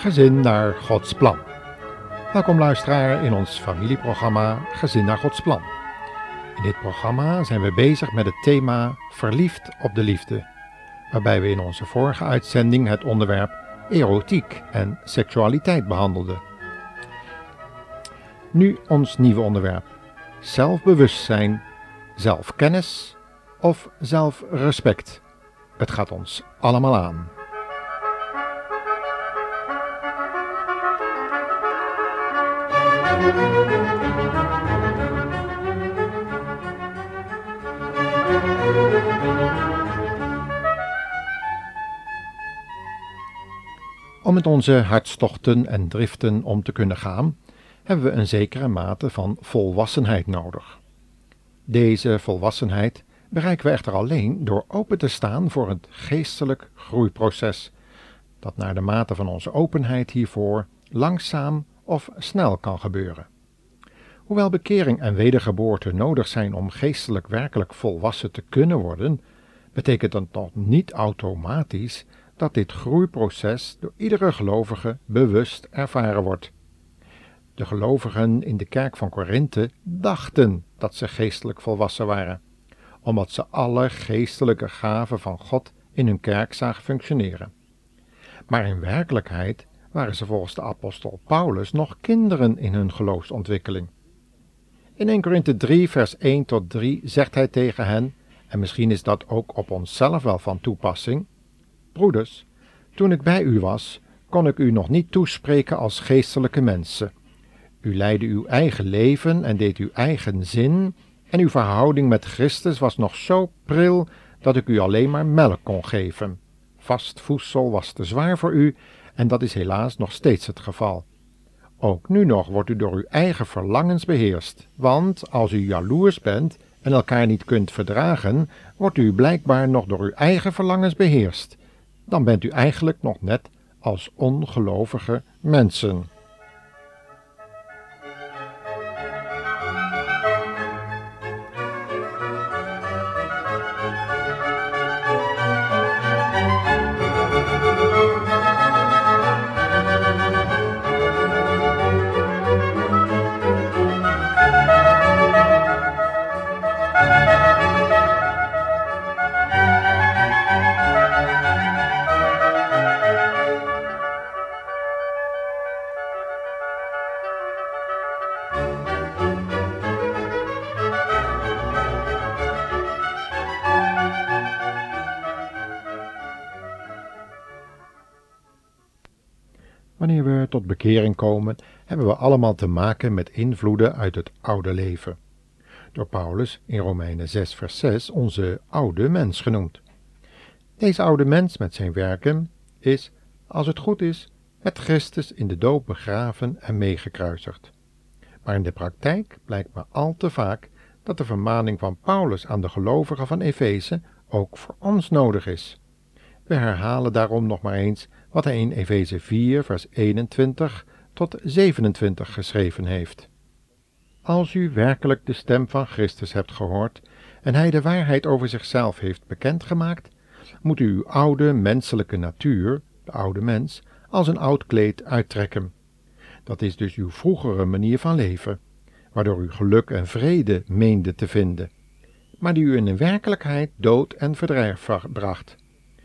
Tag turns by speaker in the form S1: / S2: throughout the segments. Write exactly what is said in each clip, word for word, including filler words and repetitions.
S1: Gezin naar Gods plan. Welkom luisteraar in ons familieprogramma Gezin naar Gods plan. In dit programma zijn we bezig met het thema Verliefd op de liefde, waarbij we in onze vorige uitzending het onderwerp erotiek en seksualiteit behandelden. Nu ons nieuwe onderwerp: zelfbewustzijn, zelfkennis of zelfrespect. Het gaat ons allemaal aan. Om met onze hartstochten en driften om te kunnen gaan, hebben we een zekere mate van volwassenheid nodig. Deze volwassenheid bereiken we echter alleen door open te staan voor het geestelijk groeiproces, dat naar de mate van onze openheid hiervoor langzaam of snel kan gebeuren. Hoewel bekering en wedergeboorte nodig zijn om geestelijk werkelijk volwassen te kunnen worden, betekent dat nog niet automatisch dat dit groeiproces door iedere gelovige bewust ervaren wordt. De gelovigen in de kerk van Korinthe dachten dat ze geestelijk volwassen waren, omdat ze alle geestelijke gaven van God in hun kerk zagen functioneren. Maar in werkelijkheid waren ze volgens de apostel Paulus nog kinderen in hun geloofsontwikkeling. In Eerste Korinthe drie vers één tot drie zegt hij tegen hen, en misschien is dat ook op onszelf wel van toepassing: broeders, toen ik bij u was, kon ik u nog niet toespreken als geestelijke mensen. U leidde uw eigen leven en deed uw eigen zin, en uw verhouding met Christus was nog zo pril dat ik u alleen maar melk kon geven. Vast voedsel was te zwaar voor u, en dat is helaas nog steeds het geval. Ook nu nog wordt u door uw eigen verlangens beheerst, want als u jaloers bent en elkaar niet kunt verdragen, wordt u blijkbaar nog door uw eigen verlangens beheerst. Dan bent u eigenlijk nog net als ongelovige mensen. Wanneer we tot bekering komen, hebben we allemaal te maken met invloeden uit het oude leven. Door Paulus in Romeinen zes vers zes onze oude mens genoemd. Deze oude mens met zijn werken is, als het goed is, met Christus in de doop begraven en meegekruisigd. Maar in de praktijk blijkt maar al te vaak dat de vermaning van Paulus aan de gelovigen van Efeze ook voor ons nodig is. We herhalen daarom nog maar eens wat hij in Efeze vier vers eenentwintig tot zevenentwintig geschreven heeft. Als u werkelijk de stem van Christus hebt gehoord en hij de waarheid over zichzelf heeft bekendgemaakt, moet u uw oude menselijke natuur, de oude mens, als een oud kleed uittrekken. Dat is dus uw vroegere manier van leven, waardoor u geluk en vrede meende te vinden, maar die u in de werkelijkheid dood en verderf bracht.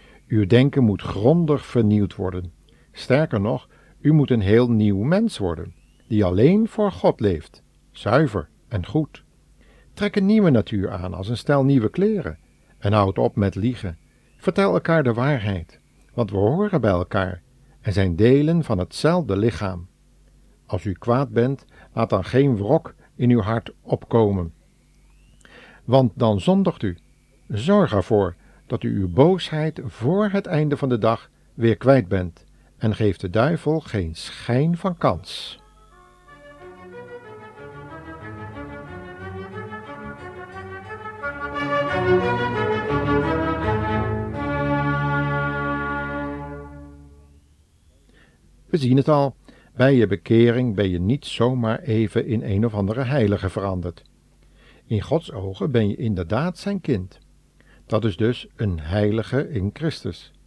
S1: Uw denken moet grondig vernieuwd worden. Sterker nog, u moet een heel nieuw mens worden, die alleen voor God leeft, zuiver en goed. Trek een nieuwe natuur aan als een stel nieuwe kleren en houd op met liegen. Vertel elkaar de waarheid, want we horen bij elkaar en zijn delen van hetzelfde lichaam. Als u kwaad bent, laat dan geen wrok in uw hart opkomen, want dan zondigt u. Zorg ervoor dat u uw boosheid voor het einde van de dag weer kwijt bent en geeft de duivel geen schijn van kans. We zien het al, bij je bekering ben je niet zomaar even in een of andere heilige veranderd. In Gods ogen ben je inderdaad zijn kind. Dat is dus een heilige in Christus.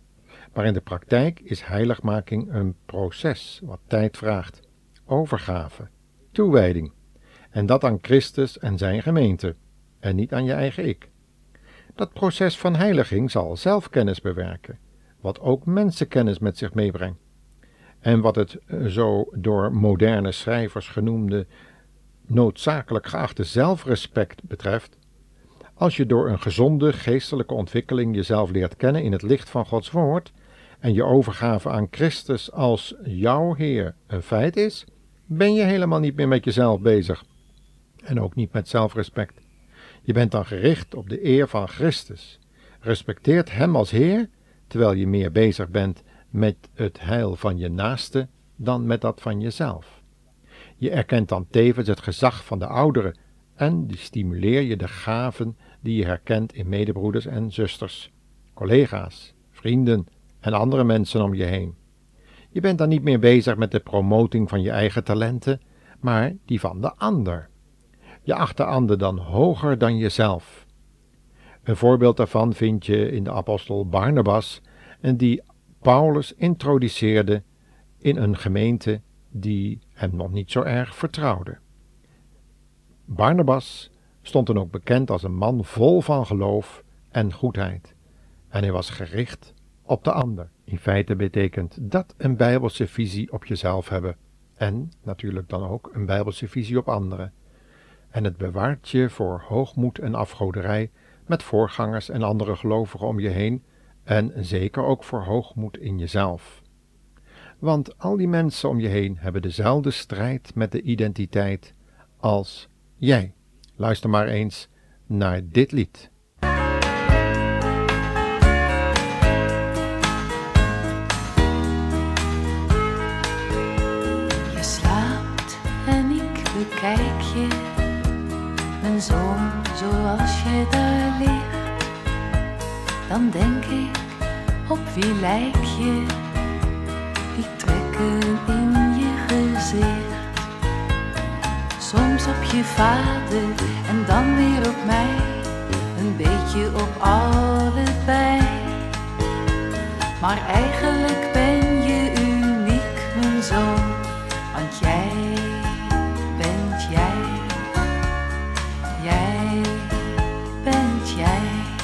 S1: Maar in de praktijk is heiligmaking een proces wat tijd vraagt, overgave, toewijding. En dat aan Christus en zijn gemeente, en niet aan je eigen ik. Dat proces van heiliging zal zelfkennis bewerken, wat ook mensenkennis met zich meebrengt. En wat het zo door moderne schrijvers genoemde noodzakelijk geachte zelfrespect betreft, als je door een gezonde geestelijke ontwikkeling jezelf leert kennen in het licht van Gods woord en je overgave aan Christus als jouw Heer een feit is, ben je helemaal niet meer met jezelf bezig en ook niet met zelfrespect. Je bent dan gericht op de eer van Christus, respecteert Hem als Heer, terwijl je meer bezig bent met het heil van je naaste dan met dat van jezelf. Je erkent dan tevens het gezag van de ouderen en die stimuleer je de gaven die je herkent in medebroeders en zusters, collega's, vrienden en andere mensen om je heen. Je bent dan niet meer bezig met de promoting van je eigen talenten, maar die van de ander. Je acht de ander dan hoger dan jezelf. Een voorbeeld daarvan vind je in de apostel Barnabas, en die Paulus introduceerde in een gemeente die hem nog niet zo erg vertrouwde. Barnabas stond dan ook bekend als een man vol van geloof en goedheid, en hij was gericht op de ander. In feite betekent dat een bijbelse visie op jezelf hebben, en natuurlijk dan ook een bijbelse visie op anderen. En het bewaart je voor hoogmoed en afgoderij met voorgangers en andere gelovigen om je heen, en zeker ook voor hoogmoed in jezelf. Want al die mensen om je heen hebben dezelfde strijd met de identiteit als jij. Luister maar eens naar dit lied.
S2: Je slaapt en ik bekijk je, mijn zoon, zoals je daar ligt. Dan denk ik, op wie lijk je? Die trekken in je gezicht. Soms op je vader en dan weer op mij, een beetje op allebei. Maar eigenlijk ben je uniek, mijn zoon, want jij bent jij. Jij bent jij.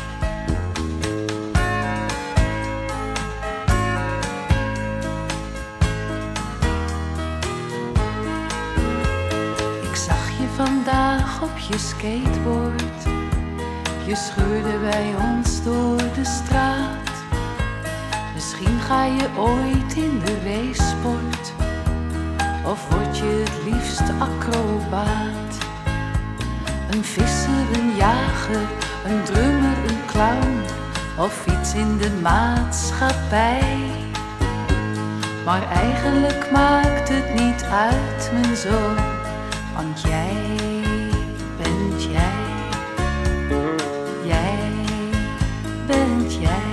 S2: Vandaag op je skateboard, je scheurde bij ons door de straat. Misschien ga je ooit in de racesport, of word je het liefst acrobaat. Een visser, een jager, een drummer, een clown, of iets in de maatschappij. Maar eigenlijk maakt het niet uit, mijn zoon, want jij bent jij, jij bent jij.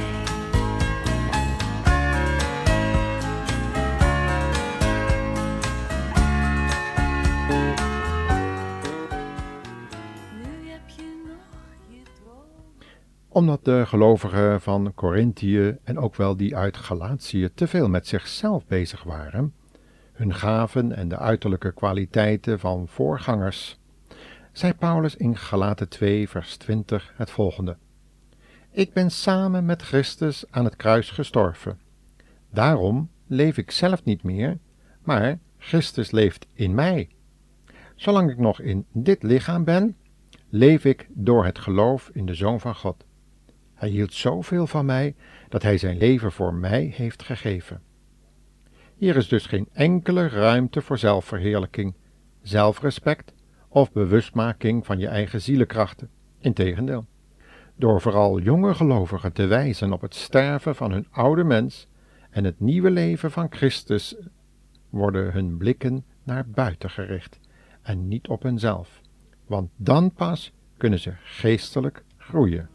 S2: Nu heb je nog je droom.
S1: Omdat de gelovigen van Korinthië en ook wel die uit Galatië te veel met zichzelf bezig waren, hun gaven en de uiterlijke kwaliteiten van voorgangers, zei Paulus in Galaten twee vers twintig het volgende: Ik ben samen met Christus aan het kruis gestorven. Daarom leef ik zelf niet meer, maar Christus leeft in mij. Zolang ik nog in dit lichaam ben, leef ik door het geloof in de Zoon van God. Hij hield zoveel van mij dat hij zijn leven voor mij heeft gegeven. Hier is dus geen enkele ruimte voor zelfverheerlijking, zelfrespect of bewustmaking van je eigen zielenkrachten. Integendeel, door vooral jonge gelovigen te wijzen op het sterven van hun oude mens en het nieuwe leven van Christus, worden hun blikken naar buiten gericht en niet op hunzelf, want dan pas kunnen ze geestelijk groeien.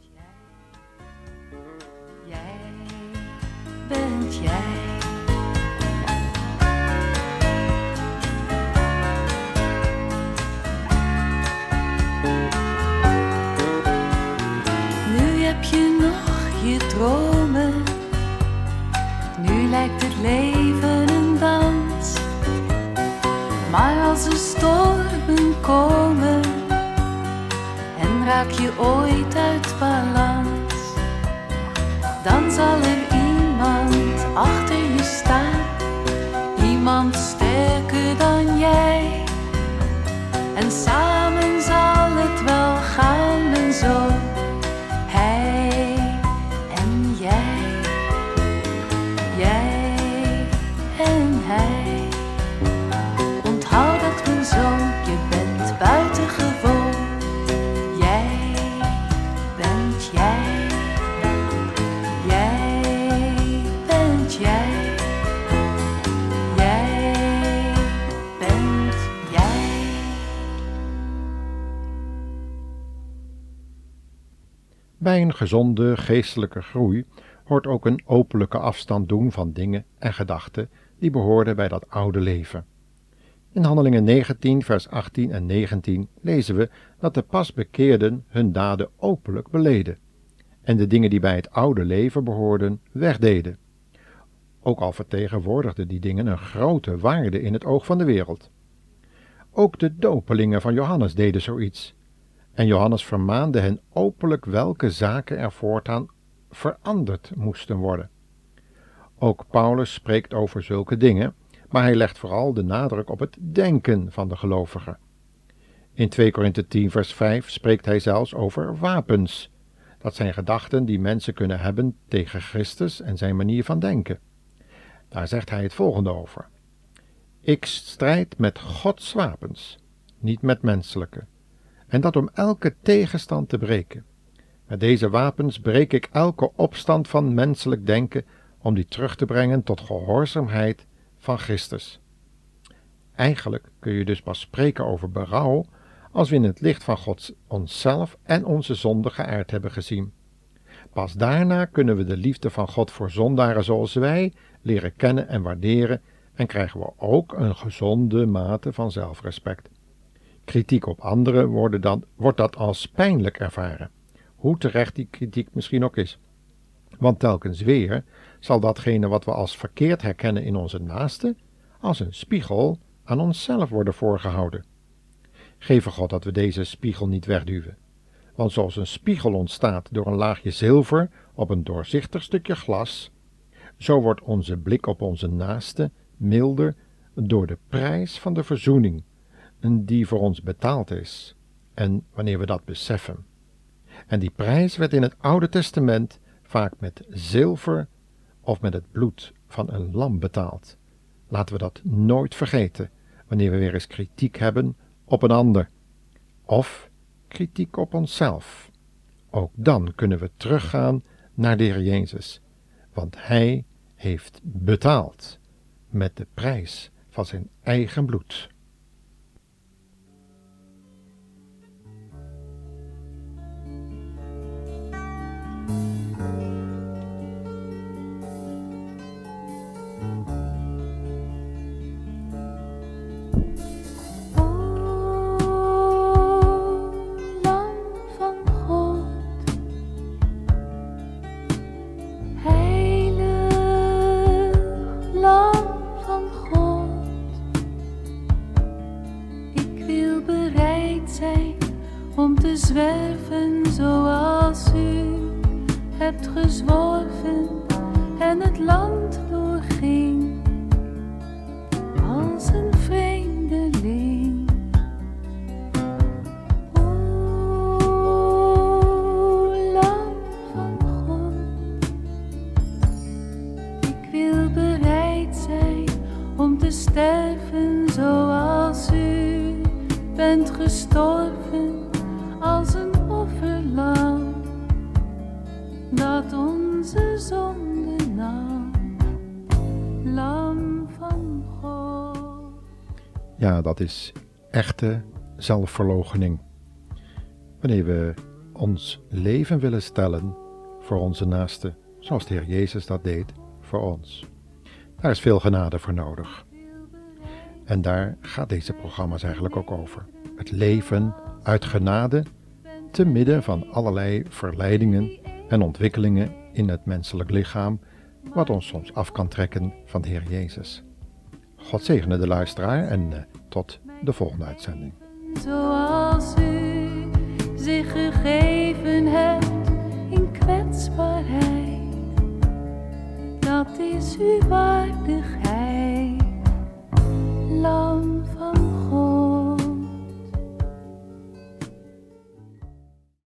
S2: Jij bent jij. Nu heb je nog je dromen, lijkt het leven een dans, maar als er stormen komen en raak je ooit uit balans, dan zal er iemand achter je staan, iemand sterker dan jij. En samen zal het wel gaan en zo, hij en jij, jij en hij. Onthoud dat mijn zoon, je bent buitengewoon, jij bent jij, jij bent jij, jij bent jij.
S1: Bij een gezonde geestelijke groei hoort ook een openlijke afstand doen van dingen en gedachten die behoorden bij dat oude leven. In Handelingen negentien, vers achttien en negentien lezen we dat de pasbekeerden hun daden openlijk beleden en de dingen die bij het oude leven behoorden wegdeden. Ook al vertegenwoordigden die dingen een grote waarde in het oog van de wereld. Ook de dopelingen van Johannes deden zoiets. En Johannes vermaande hen openlijk welke zaken er voortaan veranderd moesten worden. Ook Paulus spreekt over zulke dingen, maar hij legt vooral de nadruk op het denken van de gelovigen. In twee Korinthe tien vers vijf spreekt hij zelfs over wapens. Dat zijn gedachten die mensen kunnen hebben tegen Christus en zijn manier van denken. Daar zegt hij het volgende over. Ik strijd met Gods wapens, niet met menselijke. En dat om elke tegenstand te breken. Met deze wapens breek ik elke opstand van menselijk denken om die terug te brengen tot gehoorzaamheid van Christus. Eigenlijk kun je dus pas spreken over berouw als we in het licht van God onszelf en onze zonde geaard hebben gezien. Pas daarna kunnen we de liefde van God voor zondaren zoals wij leren kennen en waarderen en krijgen we ook een gezonde mate van zelfrespect. Kritiek op anderen worden dan, wordt dat als pijnlijk ervaren, hoe terecht die kritiek misschien ook is. Want telkens weer zal datgene wat we als verkeerd herkennen in onze naaste, als een spiegel aan onszelf worden voorgehouden. Geve God dat we deze spiegel niet wegduwen. Want zoals een spiegel ontstaat door een laagje zilver op een doorzichtig stukje glas, zo wordt onze blik op onze naaste milder door de prijs van de verzoening, die voor ons betaald is, en wanneer we dat beseffen. En die prijs werd in het Oude Testament vaak met zilver of met het bloed van een lam betaald. Laten we dat nooit vergeten, wanneer we weer eens kritiek hebben op een ander, of kritiek op onszelf. Ook dan kunnen we teruggaan naar de Heer Jezus, want Hij heeft betaald met de prijs van zijn eigen bloed.
S2: Om te zwerven zoals u hebt gezworven en het land doorging als een vreemdeling. O, Lam van God, ik wil bereid zijn om te sterven zoals u bent gestorven. Als een offerlam dat onze zonde nam, Lam van God.
S1: Ja, dat is echte zelfverloochening. Wanneer we ons leven willen stellen voor onze naaste, zoals de Heer Jezus dat deed voor ons. Daar is veel genade voor nodig. En daar gaat deze programma's eigenlijk ook over. Het leven uit genade, te midden van allerlei verleidingen en ontwikkelingen in het menselijk lichaam, wat ons soms af kan trekken van de Heer Jezus. God zegene de luisteraar en uh, tot de volgende uitzending.
S2: Zoals u zich gegeven hebt in kwetsbaarheid, dat is uw waardigheid.